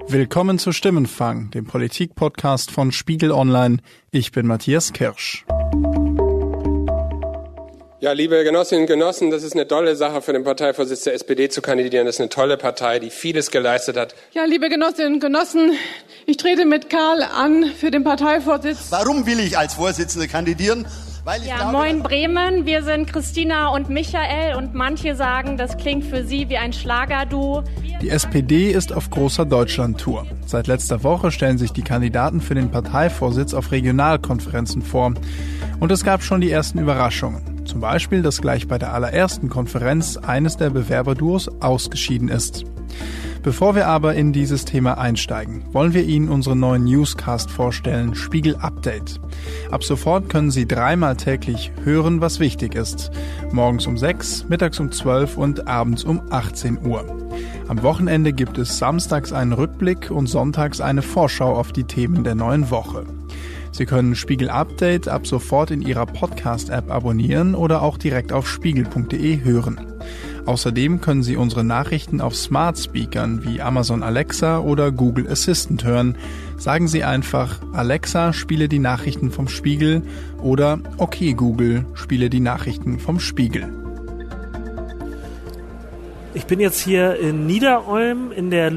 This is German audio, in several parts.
Willkommen zu Stimmenfang, dem Politik-Podcast von Spiegel Online. Ich bin Matthias Kirsch. Ja, liebe Genossinnen und Genossen, das ist eine tolle Sache für den Parteivorsitz der SPD zu kandidieren. Das ist eine tolle Partei, die vieles geleistet hat. Ja, liebe Genossinnen und Genossen, ich trete mit Karl an für den Parteivorsitz. Warum will ich als Vorsitzende kandidieren? Weil ich glaube, moin Bremen, wir sind Christina und Michael und manche sagen, das klingt für sie wie ein Schlagerduo. Die SPD ist auf großer Deutschland-Tour. Seit letzter Woche stellen sich die Kandidaten für den Parteivorsitz auf Regionalkonferenzen vor. Und es gab schon die ersten Überraschungen. Zum Beispiel, dass gleich bei der allerersten Konferenz eines der Bewerberduos ausgeschieden ist. Bevor wir aber in dieses Thema einsteigen, wollen wir Ihnen unseren neuen Newscast vorstellen, Spiegel Update. Ab sofort können Sie 3-mal täglich hören, was wichtig ist. Morgens um 6, mittags um 12 und abends um 18 Uhr. Am Wochenende gibt es samstags einen Rückblick und sonntags eine Vorschau auf die Themen der neuen Woche. Sie können Spiegel Update ab sofort in Ihrer Podcast-App abonnieren oder auch direkt auf spiegel.de hören. Außerdem können Sie unsere Nachrichten auf Smart-Speakern wie Amazon Alexa oder Google Assistant hören. Sagen Sie einfach, Alexa, spiele die Nachrichten vom Spiegel oder okay Google, spiele die Nachrichten vom Spiegel. Ich bin jetzt hier in Niederolm in der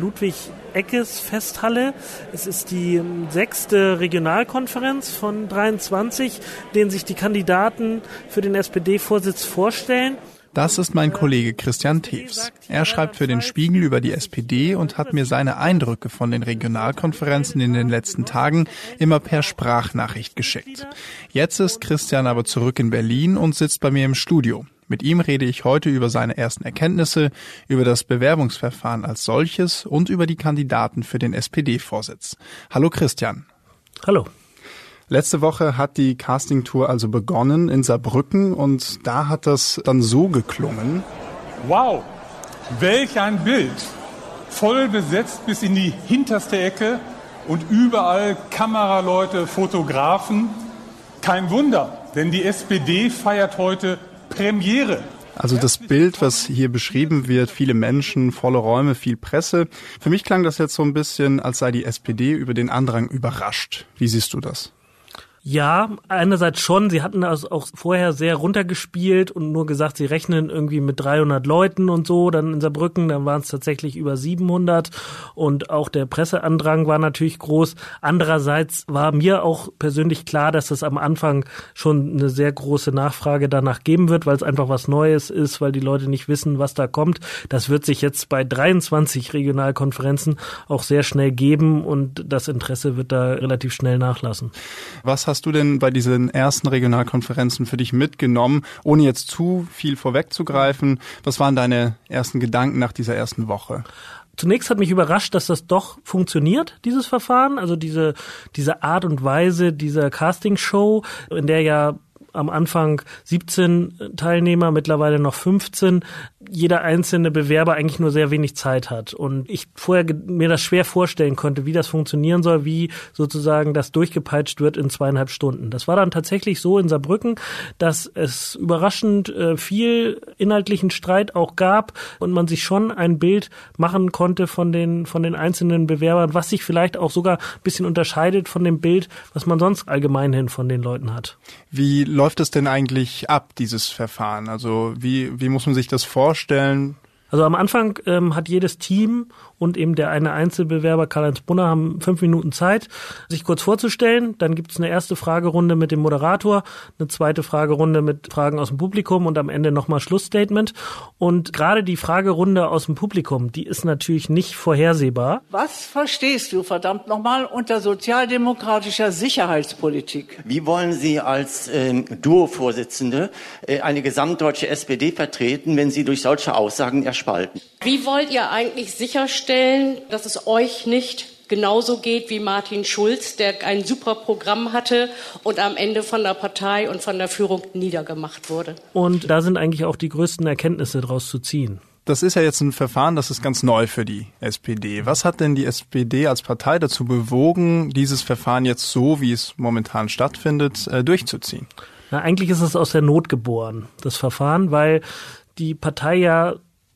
Ludwig-Eckes-Festhalle. Es ist die 6. Regionalkonferenz von 23, in denen sich die Kandidaten für den SPD-Vorsitz vorstellen. Das ist mein Kollege Christian Tews. Er schreibt für den Spiegel über die SPD und hat mir seine Eindrücke von den Regionalkonferenzen in den letzten Tagen immer per Sprachnachricht geschickt. Jetzt ist Christian aber zurück in Berlin und sitzt bei mir im Studio. Mit ihm rede ich heute über seine ersten Erkenntnisse, über das Bewerbungsverfahren als solches und über die Kandidaten für den SPD-Vorsitz. Hallo Christian. Hallo. Letzte Woche hat die Casting-Tour also begonnen in Saarbrücken und da hat das dann so geklungen. Wow, welch ein Bild. Voll besetzt bis in die hinterste Ecke und überall Kameraleute, Fotografen. Kein Wunder, denn die SPD feiert heute Premiere. Also das Bild, was hier beschrieben wird, viele Menschen, volle Räume, viel Presse. Für mich klang das jetzt so ein bisschen, als sei die SPD über den Andrang überrascht. Wie siehst du das? Ja, einerseits schon. Sie hatten das auch vorher sehr runtergespielt und nur gesagt, sie rechnen irgendwie mit 300 Leuten und so. Dann in Saarbrücken, dann waren es tatsächlich über 700 und auch der Presseandrang war natürlich groß. Andererseits war mir auch persönlich klar, dass es am Anfang schon eine sehr große Nachfrage danach geben wird, weil es einfach was Neues ist, weil die Leute nicht wissen, was da kommt. Das wird sich jetzt bei 23 Regionalkonferenzen auch sehr schnell geben und das Interesse wird da relativ schnell nachlassen. Was hast du denn bei diesen ersten Regionalkonferenzen für dich mitgenommen, ohne jetzt zu viel vorwegzugreifen? Was waren deine ersten Gedanken nach dieser ersten Woche? Zunächst hat mich überrascht, dass das doch funktioniert, dieses Verfahren, also diese Art und Weise dieser Castingshow, in der ja am Anfang 17 Teilnehmer, mittlerweile noch 15, jeder einzelne Bewerber eigentlich nur sehr wenig Zeit hat. Und ich vorher mir das schwer vorstellen konnte, wie das funktionieren soll, wie sozusagen das durchgepeitscht wird in 2,5 Stunden. Das war dann tatsächlich so in Saarbrücken, dass es überraschend viel inhaltlichen Streit auch gab und man sich schon ein Bild machen konnte von den einzelnen Bewerbern, was sich vielleicht auch sogar ein bisschen unterscheidet von dem Bild, was man sonst allgemeinhin von den Leuten hat. Wie läuft es denn eigentlich ab, dieses Verfahren? Also wie muss man sich das vorstellen? Also am Anfang hat jedes Team und eben der eine Einzelbewerber, Karl-Heinz Brunner, haben 5 Minuten Zeit, sich kurz vorzustellen. Dann gibt es eine erste Fragerunde mit dem Moderator, eine zweite Fragerunde mit Fragen aus dem Publikum und am Ende nochmal Schlussstatement. Und gerade die Fragerunde aus dem Publikum, die ist natürlich nicht vorhersehbar. Was verstehst du, verdammt nochmal, unter sozialdemokratischer Sicherheitspolitik? wie wollen Sie als Duo-Vorsitzende eine gesamtdeutsche SPD vertreten, wenn Sie durch solche Aussagen erspalten? Wie wollt ihr eigentlich sicherstellen, dass es euch nicht genauso geht wie Martin Schulz, der ein super Programm hatte und am Ende von der Partei und von der Führung niedergemacht wurde? Und da sind eigentlich auch die größten Erkenntnisse draus zu ziehen. Das ist ja jetzt ein Verfahren, das ist ganz neu für die SPD. Was hat denn die SPD als Partei dazu bewogen, dieses Verfahren jetzt so, wie es momentan stattfindet, durchzuziehen? Na, eigentlich ist es aus der Not geboren, das Verfahren, weil die Partei ja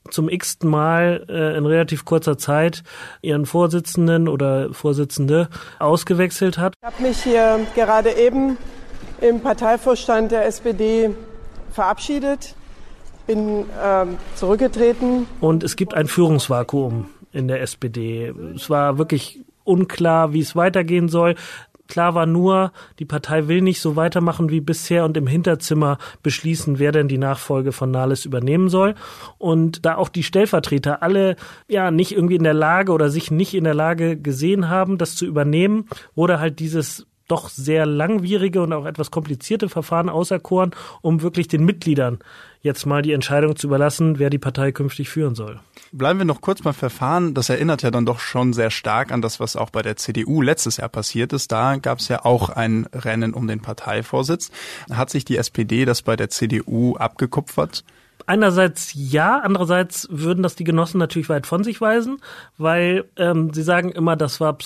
zum x-ten Mal in relativ kurzer Zeit ihren Vorsitzenden oder Vorsitzende ausgewechselt hat. Ich habe mich hier gerade eben im Parteivorstand der SPD verabschiedet, bin zurückgetreten. Und es gibt ein Führungsvakuum in der SPD. Es war wirklich unklar, wie es weitergehen soll. Klar war nur, die Partei will nicht so weitermachen wie bisher und im Hinterzimmer beschließen, wer denn die Nachfolge von Nahles übernehmen soll. Und da auch die Stellvertreter alle nicht irgendwie in der Lage oder sich nicht in der Lage gesehen haben, das zu übernehmen, wurde halt dieses doch sehr langwierige und auch etwas komplizierte Verfahren auserkoren, um wirklich den Mitgliedern jetzt mal die Entscheidung zu überlassen, wer die Partei künftig führen soll. Bleiben wir noch kurz beim Verfahren. Das erinnert ja dann doch schon sehr stark an das, was auch bei der CDU letztes Jahr passiert ist. Da gab es ja auch ein Rennen um den Parteivorsitz. Hat sich die SPD das bei der CDU abgekupfert? Einerseits ja, andererseits würden das die Genossen natürlich weit von sich weisen, weil sie sagen immer, das war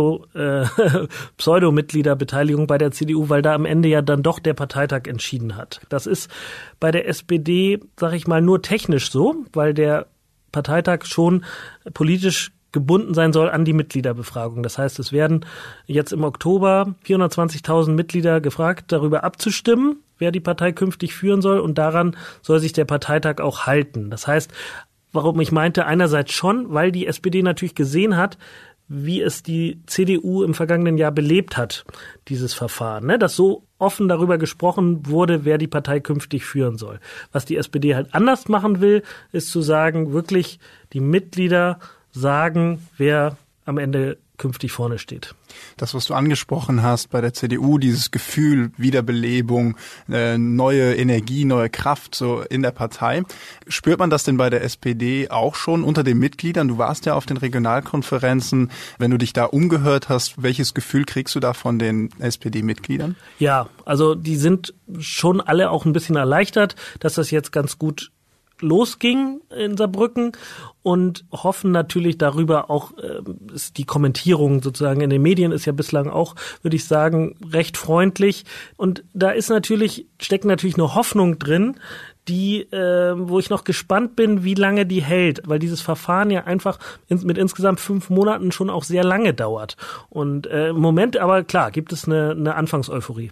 Pseudo-Mitgliederbeteiligung bei der CDU, weil da am Ende ja dann doch der Parteitag entschieden hat. Das ist bei der SPD, sag ich mal, nur technisch so, weil der Parteitag schon politisch gebunden sein soll an die Mitgliederbefragung. Das heißt, es werden jetzt im Oktober 420.000 Mitglieder gefragt, darüber abzustimmen, wer die Partei künftig führen soll, und daran soll sich der Parteitag auch halten. Das heißt, warum ich meinte, einerseits schon, weil die SPD natürlich gesehen hat, wie es die CDU im vergangenen Jahr belebt hat, dieses Verfahren, ne? Dass so offen darüber gesprochen wurde, wer die Partei künftig führen soll. Was die SPD halt anders machen will, ist zu sagen, wirklich die Mitglieder sagen, wer am Ende künftig vorne steht. Das, was du angesprochen hast bei der CDU, dieses Gefühl, Wiederbelebung, neue Energie, neue Kraft so in der Partei. Spürt man das denn bei der SPD auch schon unter den Mitgliedern? Du warst ja auf den Regionalkonferenzen. Wenn du dich da umgehört hast, welches Gefühl kriegst du da von den SPD-Mitgliedern? Ja, also die sind schon alle auch ein bisschen erleichtert, dass das jetzt ganz gut losging in Saarbrücken und hoffen natürlich darüber auch, die Kommentierung sozusagen in den Medien ist ja bislang auch, würde ich sagen, recht freundlich. Und da steckt natürlich eine Hoffnung drin, die, wo ich noch gespannt bin, wie lange die hält, weil dieses Verfahren ja einfach mit insgesamt 5 Monaten schon auch sehr lange dauert. Und im Moment aber klar, gibt es eine Anfangseuphorie.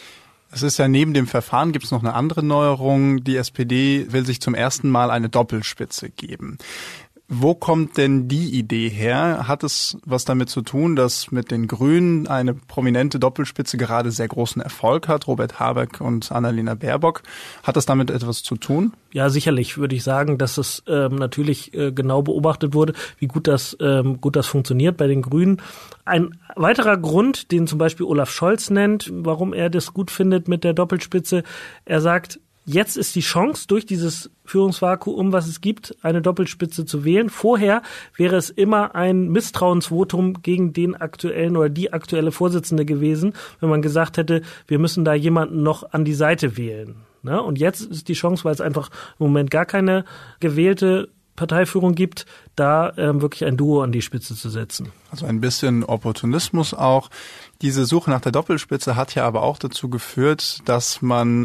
Es ist ja neben dem Verfahren gibt es noch eine andere Neuerung. Die SPD will sich zum ersten Mal eine Doppelspitze geben. Wo kommt denn die Idee her? Hat es was damit zu tun, dass mit den Grünen eine prominente Doppelspitze gerade sehr großen Erfolg hat, Robert Habeck und Annalena Baerbock? Hat das damit etwas zu tun? Ja, sicherlich würde ich sagen, dass es natürlich genau beobachtet wurde, wie gut das funktioniert bei den Grünen. Ein weiterer Grund, den zum Beispiel Olaf Scholz nennt, warum er das gut findet mit der Doppelspitze, er sagt, jetzt ist die Chance, durch dieses Führungsvakuum, was es gibt, eine Doppelspitze zu wählen. Vorher wäre es immer ein Misstrauensvotum gegen den aktuellen oder die aktuelle Vorsitzende gewesen, wenn man gesagt hätte, wir müssen da jemanden noch an die Seite wählen. Ne? Und jetzt ist die Chance, weil es einfach im Moment gar keine gewählte Parteiführung gibt, da wirklich ein Duo an die Spitze zu setzen. Also ein bisschen Opportunismus auch. Diese Suche nach der Doppelspitze hat ja aber auch dazu geführt, dass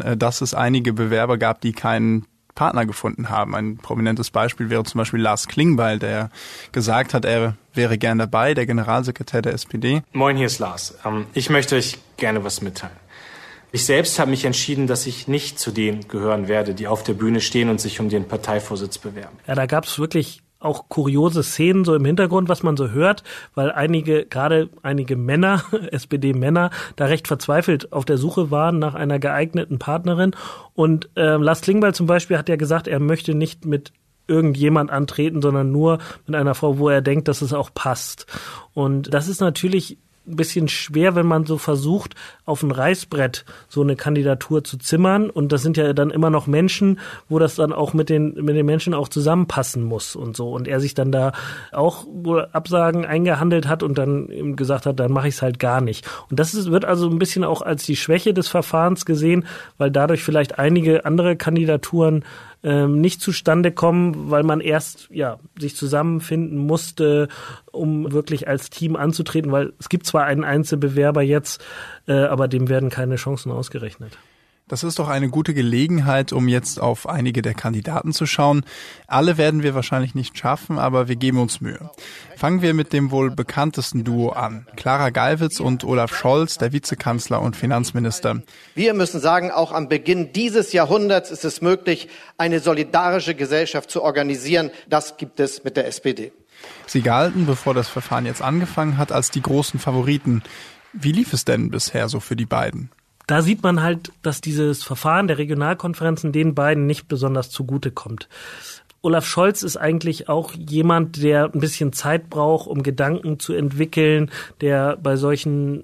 es einige Bewerber gab, die keinen Partner gefunden haben. Ein prominentes Beispiel wäre zum Beispiel Lars Klingbeil, der gesagt hat, er wäre gern dabei, der Generalsekretär der SPD. Moin, hier ist Lars. Ich möchte euch gerne was mitteilen. Ich selbst habe mich entschieden, dass ich nicht zu denen gehören werde, die auf der Bühne stehen und sich um den Parteivorsitz bewerben. Ja, da gab es wirklich auch kuriose Szenen so im Hintergrund, was man so hört, weil einige Männer, SPD-Männer, da recht verzweifelt auf der Suche waren nach einer geeigneten Partnerin. Und Lars Klingbeil zum Beispiel hat ja gesagt, er möchte nicht mit irgendjemand antreten, sondern nur mit einer Frau, wo er denkt, dass es auch passt. Und das ist natürlich ein bisschen schwer, wenn man so versucht, auf ein Reißbrett so eine Kandidatur zu zimmern. Und das sind ja dann immer noch Menschen, wo das dann auch mit den Menschen auch zusammenpassen muss und so. Und er sich dann da auch wohl Absagen eingehandelt hat und dann eben gesagt hat, dann mache ich es halt gar nicht. Und das wird also ein bisschen auch als die Schwäche des Verfahrens gesehen, weil dadurch vielleicht einige andere Kandidaturen nicht zustande kommen, weil man erst sich zusammenfinden musste, um wirklich als Team anzutreten, weil es gibt zwar einen Einzelbewerber jetzt, aber dem werden keine Chancen ausgerechnet. Das ist doch eine gute Gelegenheit, um jetzt auf einige der Kandidaten zu schauen. Alle werden wir wahrscheinlich nicht schaffen, aber wir geben uns Mühe. Fangen wir mit dem wohl bekanntesten Duo an. Clara Geiwitz und Olaf Scholz, der Vizekanzler und Finanzminister. Wir müssen sagen, auch am Beginn dieses Jahrhunderts ist es möglich, eine solidarische Gesellschaft zu organisieren. Das gibt es mit der SPD. Sie galten, bevor das Verfahren jetzt angefangen hat, als die großen Favoriten. Wie lief es denn bisher so für die beiden? Da sieht man halt, dass dieses Verfahren der Regionalkonferenzen den beiden nicht besonders zugutekommt. Olaf Scholz ist eigentlich auch jemand, der ein bisschen Zeit braucht, um Gedanken zu entwickeln, der bei solchen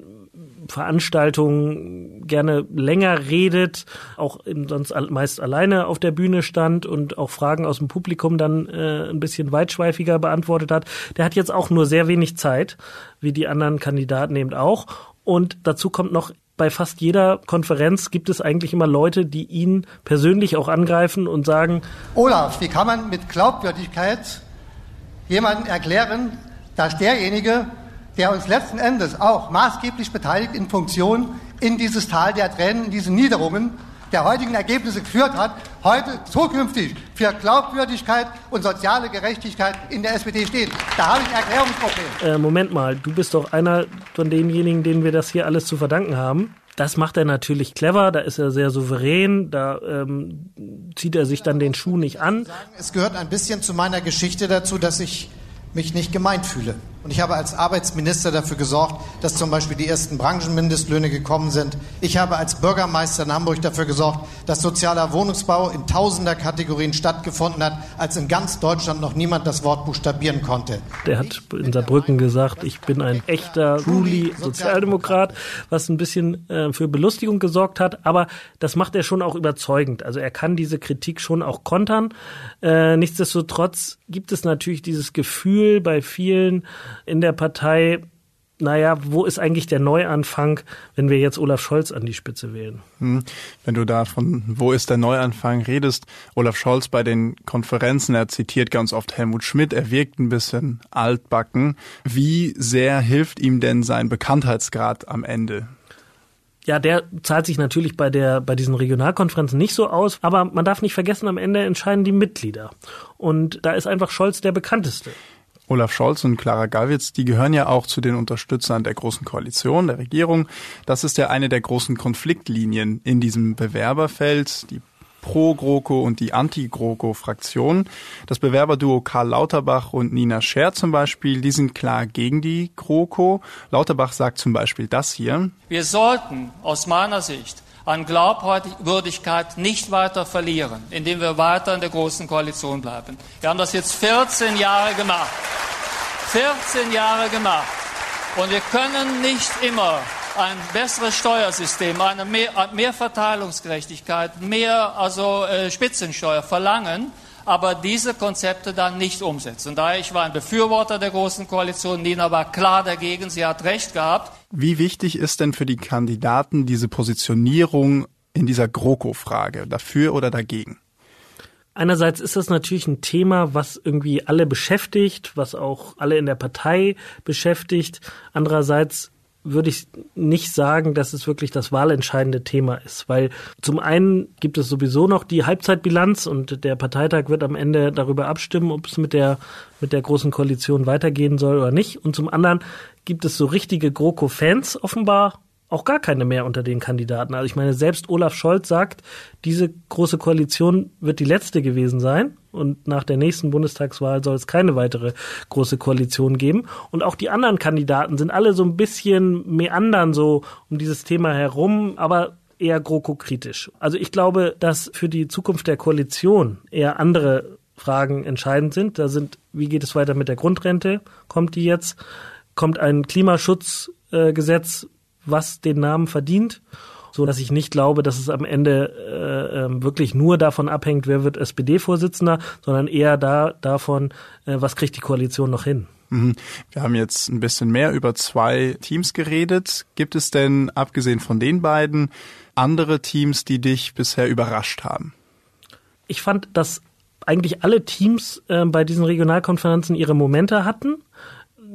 Veranstaltungen gerne länger redet, auch sonst meist alleine auf der Bühne stand und auch Fragen aus dem Publikum dann ein bisschen weitschweifiger beantwortet hat. Der hat jetzt auch nur sehr wenig Zeit, wie die anderen Kandidaten eben auch. Und dazu kommt noch, bei fast jeder Konferenz gibt es eigentlich immer Leute, die ihn persönlich auch angreifen und sagen: Olaf, wie kann man mit Glaubwürdigkeit jemandem erklären, dass derjenige, der uns letzten Endes auch maßgeblich beteiligt in Funktion in dieses Tal der Tränen, in diesen Niederungen der heutigen Ergebnisse geführt hat, heute zukünftig für Glaubwürdigkeit und soziale Gerechtigkeit in der SPD steht. Da habe ich ein Erklärungsproblem. Moment mal, du bist doch einer von denjenigen, denen wir das hier alles zu verdanken haben. Das macht er natürlich clever, da ist er sehr souverän, da zieht er sich dann den Schuh nicht an. Es gehört ein bisschen zu meiner Geschichte dazu, dass ich mich nicht gemeint fühle. Und ich habe als Arbeitsminister dafür gesorgt, dass zum Beispiel die ersten Branchenmindestlöhne gekommen sind. Ich habe als Bürgermeister in Hamburg dafür gesorgt, dass sozialer Wohnungsbau in Tausender-Kategorien stattgefunden hat, als in ganz Deutschland noch niemand das Wort buchstabieren konnte. Der hat in Saarbrücken gesagt, ich bin ein echter Sozialdemokrat, was ein bisschen für Belustigung gesorgt hat. Aber das macht er schon auch überzeugend. Also er kann diese Kritik schon auch kontern. Nichtsdestotrotz gibt es natürlich dieses Gefühl bei vielen in der Partei, naja, wo ist eigentlich der Neuanfang, wenn wir jetzt Olaf Scholz an die Spitze wählen? Wenn du da von wo ist der Neuanfang redest, Olaf Scholz bei den Konferenzen, er zitiert ganz oft Helmut Schmidt, er wirkt ein bisschen altbacken. Wie sehr hilft ihm denn sein Bekanntheitsgrad am Ende? Ja, der zahlt sich natürlich bei diesen Regionalkonferenzen nicht so aus, aber man darf nicht vergessen, am Ende entscheiden die Mitglieder. Und da ist einfach Scholz der bekannteste. Olaf Scholz und Clara Geiwitz, die gehören ja auch zu den Unterstützern der Großen Koalition, der Regierung. Das ist ja eine der großen Konfliktlinien in diesem Bewerberfeld, die Pro-GroKo und die Anti-GroKo-Fraktion. Das Bewerberduo Karl Lauterbach und Nina Scher zum Beispiel, die sind klar gegen die GroKo. Lauterbach sagt zum Beispiel das hier: Wir sollten aus meiner Sicht an Glaubwürdigkeit nicht weiter verlieren, indem wir weiter in der Großen Koalition bleiben. Wir haben das jetzt 14 Jahre gemacht. 14 Jahre gemacht. Und wir können nicht immer ein besseres Steuersystem, eine mehr Verteilungsgerechtigkeit, mehr Spitzensteuer verlangen, aber diese Konzepte dann nicht umsetzen. Daher, ich war ein Befürworter der Großen Koalition, Nina war klar dagegen, sie hat recht gehabt. Wie wichtig ist denn für die Kandidaten diese Positionierung in dieser GroKo-Frage, dafür oder dagegen? Einerseits ist das natürlich ein Thema, was irgendwie alle beschäftigt, was auch alle in der Partei beschäftigt. Andererseits würde ich nicht sagen, dass es wirklich das wahlentscheidende Thema ist, weil zum einen gibt es sowieso noch die Halbzeitbilanz und der Parteitag wird am Ende darüber abstimmen, ob es mit der Großen Koalition weitergehen soll oder nicht. Und zum anderen gibt es so richtige GroKo-Fans offenbar auch gar keine mehr unter den Kandidaten. Also ich meine, selbst Olaf Scholz sagt, diese Große Koalition wird die letzte gewesen sein und nach der nächsten Bundestagswahl soll es keine weitere Große Koalition geben. Und auch die anderen Kandidaten sind alle so ein bisschen meandern so um dieses Thema herum, aber eher GroKo-kritisch. Also ich glaube, dass für die Zukunft der Koalition eher andere Fragen entscheidend sind. Da sind, wie geht es weiter mit der Grundrente? Kommt die jetzt? Kommt ein Klimaschutzgesetz, was den Namen verdient, so dass ich nicht glaube, dass es am Ende wirklich nur davon abhängt, wer wird SPD-Vorsitzender, sondern eher davon, was kriegt die Koalition noch hin. Wir haben jetzt ein bisschen mehr über 2 Teams geredet. Gibt es denn, abgesehen von den beiden, andere Teams, die dich bisher überrascht haben? Ich fand, dass eigentlich alle Teams bei diesen Regionalkonferenzen ihre Momente hatten.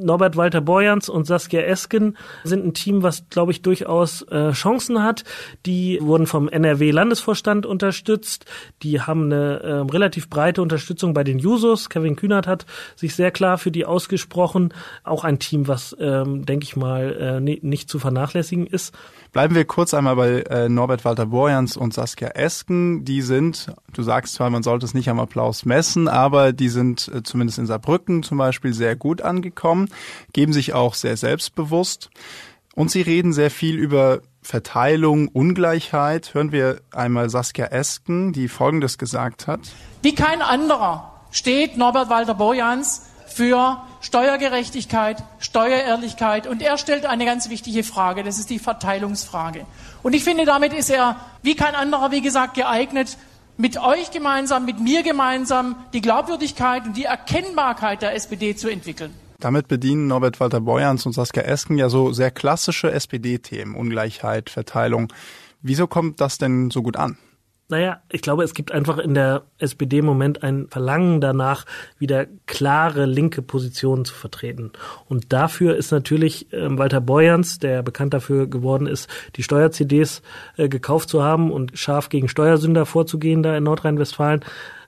Norbert Walter-Borjans und Saskia Esken sind ein Team, was, glaube ich, durchaus Chancen hat. Die wurden vom NRW-Landesvorstand unterstützt. Die haben eine relativ breite Unterstützung bei den Jusos. Kevin Kühnert hat sich sehr klar für die ausgesprochen. Auch ein Team, was, denke ich mal, nicht zu vernachlässigen ist. Bleiben wir kurz einmal bei Norbert Walter-Borjans und Saskia Esken. Die sind, du sagst zwar, man sollte es nicht am Applaus messen, aber die sind zumindest in Saarbrücken zum Beispiel sehr gut angekommen, geben sich auch sehr selbstbewusst und sie reden sehr viel über Verteilung, Ungleichheit. Hören wir einmal Saskia Esken, die Folgendes gesagt hat. Wie kein anderer steht Norbert Walter-Borjans für Steuergerechtigkeit, Steuerehrlichkeit und er stellt eine ganz wichtige Frage, das ist die Verteilungsfrage. Und ich finde, damit ist er wie kein anderer, wie gesagt, geeignet, mit euch gemeinsam, mit mir gemeinsam die Glaubwürdigkeit und die Erkennbarkeit der SPD zu entwickeln. Damit bedienen Norbert Walter-Borjans und Saskia Esken ja so sehr klassische SPD-Themen, Ungleichheit, Verteilung. Wieso kommt das denn so gut an? Naja, ich glaube, es gibt einfach in der SPD im Moment ein Verlangen danach, wieder klare linke Positionen zu vertreten. Und dafür ist natürlich Walter-Borjans, der bekannt dafür geworden ist, die Steuer-CDs gekauft zu haben und scharf gegen Steuersünder vorzugehen da in Nordrhein-Westfalen.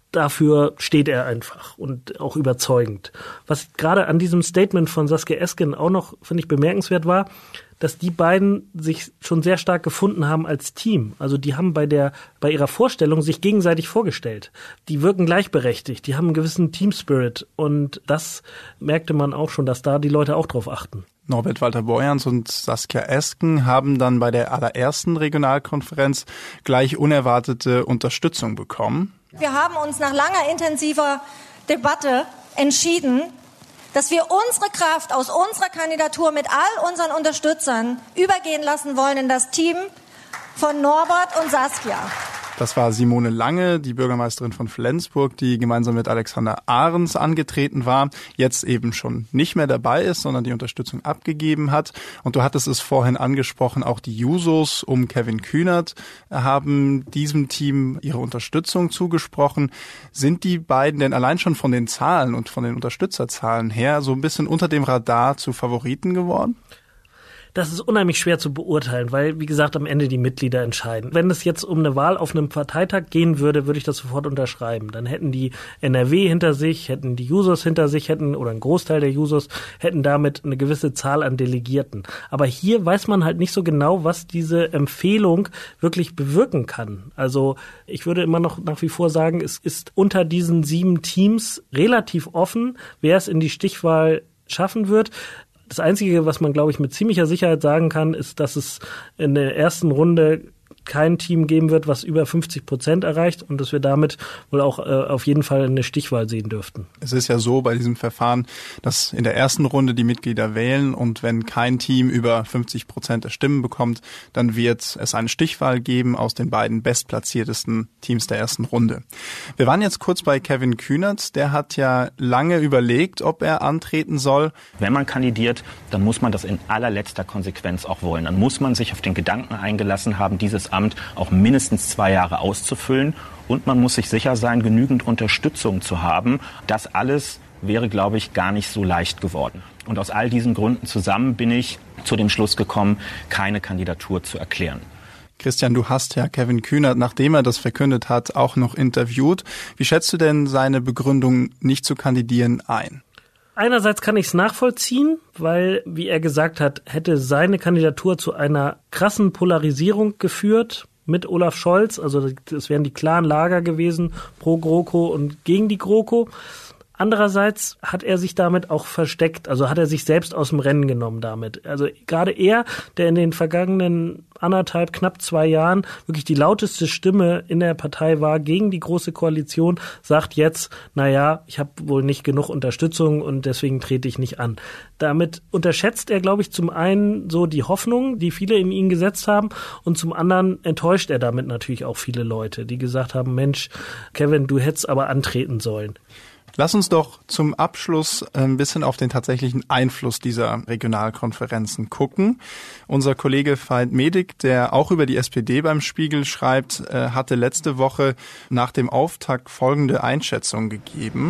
Dafür steht er einfach und auch überzeugend. Was gerade an diesem Statement von Saskia Esken auch noch, finde ich, bemerkenswert war, dass die beiden sich schon sehr stark gefunden haben als Team. Also die haben bei ihrer Vorstellung sich gegenseitig vorgestellt. Die wirken gleichberechtigt, die haben einen gewissen Team-Spirit und das merkte man auch schon, dass da die Leute auch drauf achten. Norbert Walter-Borjans und Saskia Esken haben dann bei der allerersten Regionalkonferenz gleich unerwartete Unterstützung bekommen. Wir haben uns nach langer intensiver Debatte entschieden, dass wir unsere Kraft aus unserer Kandidatur mit all unseren Unterstützern übergehen lassen wollen in das Team von Norbert und Saskia. Das war Simone Lange, die Bürgermeisterin von Flensburg, die gemeinsam mit Alexander Ahrens angetreten war, jetzt eben schon nicht mehr dabei ist, sondern die Unterstützung abgegeben hat. Und du hattest es vorhin angesprochen, auch die Jusos um Kevin Kühnert haben diesem Team ihre Unterstützung zugesprochen. Sind die beiden denn allein schon von den Zahlen und von den Unterstützerzahlen her so ein bisschen unter dem Radar zu Favoriten geworden? Das ist unheimlich schwer zu beurteilen, weil, wie gesagt, am Ende die Mitglieder entscheiden. Wenn es jetzt um eine Wahl auf einem Parteitag gehen würde, würde ich das sofort unterschreiben. Dann hätten die NRW hinter sich, hätten die Jusos hinter sich, oder ein Großteil der Jusos hätten damit eine gewisse Zahl an Delegierten. Aber hier weiß man halt nicht so genau, was diese Empfehlung wirklich bewirken kann. Also ich würde immer noch nach wie vor sagen, es ist unter diesen 7 Teams relativ offen, wer es in die Stichwahl schaffen wird. Das Einzige, was man, glaube ich, mit ziemlicher Sicherheit sagen kann, ist, dass es in der ersten Runde kein Team geben wird, was über 50% erreicht und dass wir damit wohl auch auf jeden Fall eine Stichwahl sehen dürften. Es ist ja so bei diesem Verfahren, dass in der ersten Runde die Mitglieder wählen und wenn kein Team über 50% der Stimmen bekommt, dann wird es eine Stichwahl geben aus den beiden bestplatziertesten Teams der ersten Runde. Wir waren jetzt kurz bei Kevin Kühnert, der hat ja lange überlegt, ob er antreten soll. Wenn man kandidiert, dann muss man das in allerletzter Konsequenz auch wollen. Dann muss man sich auf den Gedanken eingelassen haben, dieses Amt auch mindestens 2 Jahre auszufüllen. Und man muss sich sicher sein, genügend Unterstützung zu haben. Das alles wäre, glaube ich, gar nicht so leicht geworden. Und aus all diesen Gründen zusammen bin ich zu dem Schluss gekommen, keine Kandidatur zu erklären. Christian, du hast ja Kevin Kühnert, nachdem er das verkündet hat, auch noch interviewt. Wie schätzt du denn seine Begründung, nicht zu kandidieren, ein? Einerseits kann ich es nachvollziehen, weil, wie er gesagt hat, hätte seine Kandidatur zu einer krassen Polarisierung geführt mit Olaf Scholz. Also es wären die klaren Lager gewesen, pro GroKo und gegen die GroKo. Andererseits hat er sich damit auch versteckt, also hat er sich selbst aus dem Rennen genommen damit. Also gerade er, der in den vergangenen knapp 2 Jahren wirklich die lauteste Stimme in der Partei war gegen die Große Koalition, sagt jetzt, naja, ich habe wohl nicht genug Unterstützung und deswegen trete ich nicht an. Damit unterschätzt er, glaube ich, zum einen so die Hoffnung, die viele in ihn gesetzt haben und zum anderen enttäuscht er damit natürlich auch viele Leute, die gesagt haben, Mensch, Kevin, du hättest aber antreten sollen. Lass uns doch zum Abschluss ein bisschen auf den tatsächlichen Einfluss dieser Regionalkonferenzen gucken. Unser Kollege Veit Medig, der auch über die SPD beim Spiegel schreibt, hatte letzte Woche nach dem Auftakt folgende Einschätzung gegeben.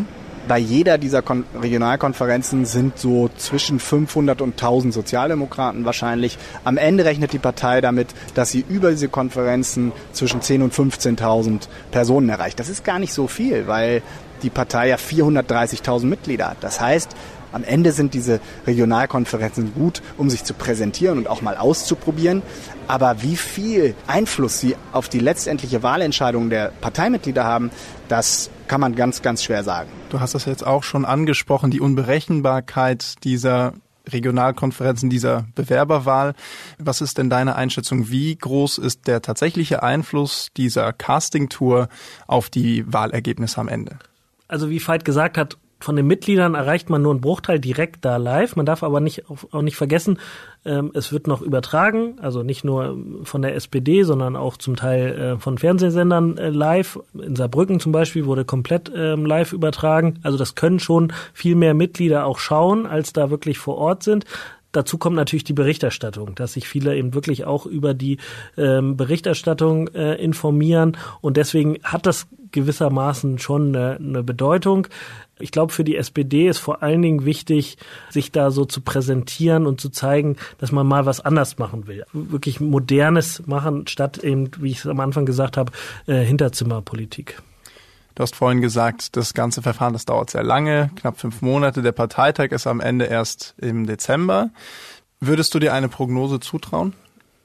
bei jeder dieser Regionalkonferenzen sind so zwischen 500 und 1000 Sozialdemokraten wahrscheinlich. Am Ende rechnet die Partei damit, dass sie über diese Konferenzen zwischen 10.000 und 15.000 Personen erreicht. Das ist gar nicht so viel, weil die Partei ja 430.000 Mitglieder hat. Das heißt, am Ende sind diese Regionalkonferenzen gut, um sich zu präsentieren und auch mal auszuprobieren. Aber wie viel Einfluss sie auf die letztendliche Wahlentscheidung der Parteimitglieder haben, das kann man ganz, ganz schwer sagen. Du hast das jetzt auch schon angesprochen, die Unberechenbarkeit dieser Regionalkonferenzen, dieser Bewerberwahl. Was ist denn deine Einschätzung? Wie groß ist der tatsächliche Einfluss dieser Casting-Tour auf die Wahlergebnisse am Ende? Also wie Veit gesagt hat, von den Mitgliedern erreicht man nur einen Bruchteil direkt da live. Man darf aber auch nicht vergessen, es wird noch übertragen, also nicht nur von der SPD, sondern auch zum Teil von Fernsehsendern live. In Saarbrücken zum Beispiel wurde komplett live übertragen. Also das können schon viel mehr Mitglieder auch schauen, als da wirklich vor Ort sind. Dazu kommt natürlich die Berichterstattung, dass sich viele eben wirklich auch über die Berichterstattung informieren. Und deswegen hat das gewissermaßen schon eine Bedeutung. Ich glaube, für die SPD ist vor allen Dingen wichtig, sich da so zu präsentieren und zu zeigen, dass man mal was anders machen will. Wirklich Modernes machen, statt eben, wie ich es am Anfang gesagt habe, Hinterzimmerpolitik. Du hast vorhin gesagt, das ganze Verfahren, das dauert sehr lange, knapp 5 Monate. Der Parteitag ist am Ende erst im Dezember. Würdest du dir eine Prognose zutrauen?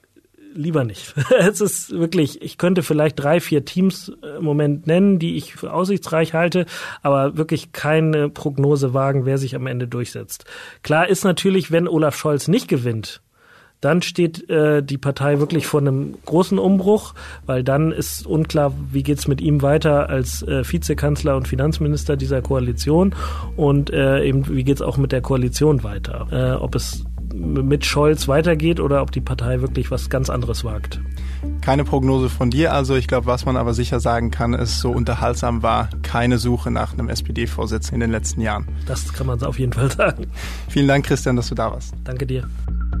Lieber nicht. Es ist wirklich, ich könnte vielleicht 3, 4 Teams im Moment nennen, die ich für aussichtsreich halte, aber wirklich keine Prognose wagen, wer sich am Ende durchsetzt. Klar ist natürlich, wenn Olaf Scholz nicht gewinnt, dann steht die Partei wirklich vor einem großen Umbruch, weil dann ist unklar, wie geht's mit ihm weiter als Vizekanzler und Finanzminister dieser Koalition und eben wie geht's auch mit der Koalition weiter. Ob es mit Scholz weitergeht oder ob die Partei wirklich was ganz anderes wagt. Keine Prognose von dir, also ich glaube, was man aber sicher sagen kann, ist, so unterhaltsam war keine Suche nach einem SPD-Vorsitz in den letzten Jahren. Das kann man auf jeden Fall sagen. Vielen Dank, Christian, dass du da warst. Danke dir.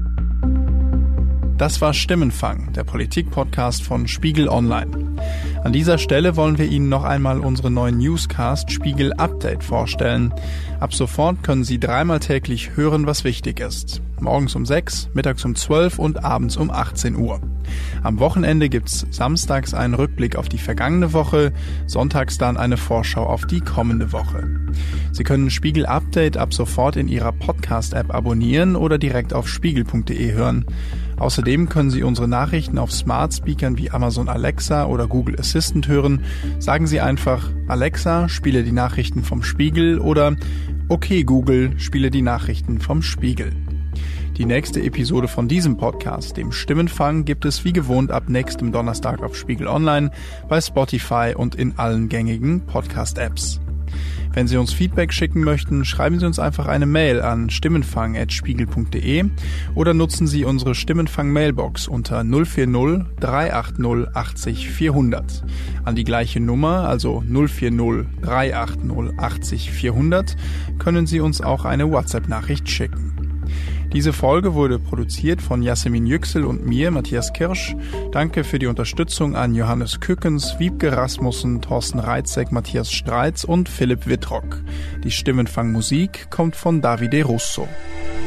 Das war Stimmenfang, der Politik-Podcast von Spiegel Online. An dieser Stelle wollen wir Ihnen noch einmal unseren neuen Newscast Spiegel Update vorstellen. Ab sofort können Sie 3-mal täglich hören, was wichtig ist. Morgens um 6, mittags um 12 und abends um 18 Uhr. Am Wochenende gibt's samstags einen Rückblick auf die vergangene Woche, sonntags dann eine Vorschau auf die kommende Woche. Sie können Spiegel Update ab sofort in Ihrer Podcast-App abonnieren oder direkt auf spiegel.de hören. Außerdem können Sie unsere Nachrichten auf Smart-Speakern wie Amazon Alexa oder Google Assistant hören. Sagen Sie einfach, Alexa, spiele die Nachrichten vom Spiegel oder Okay Google, spiele die Nachrichten vom Spiegel. Die nächste Episode von diesem Podcast, dem Stimmenfang, gibt es wie gewohnt ab nächstem Donnerstag auf Spiegel Online, bei Spotify und in allen gängigen Podcast-Apps. Wenn Sie uns Feedback schicken möchten, schreiben Sie uns einfach eine Mail an stimmenfang@spiegel.de oder nutzen Sie unsere Stimmenfang-Mailbox unter 040 380 80 400. An die gleiche Nummer, also 040 380 80 400, können Sie uns auch eine WhatsApp-Nachricht schicken. Diese Folge wurde produziert von Yasemin Yüksel und mir, Matthias Kirsch. Danke für die Unterstützung an Johannes Kückens, Wiebke Rasmussen, Thorsten Reitzek, Matthias Streitz und Philipp Wittrock. Die Stimmenfang-Musik kommt von Davide Russo.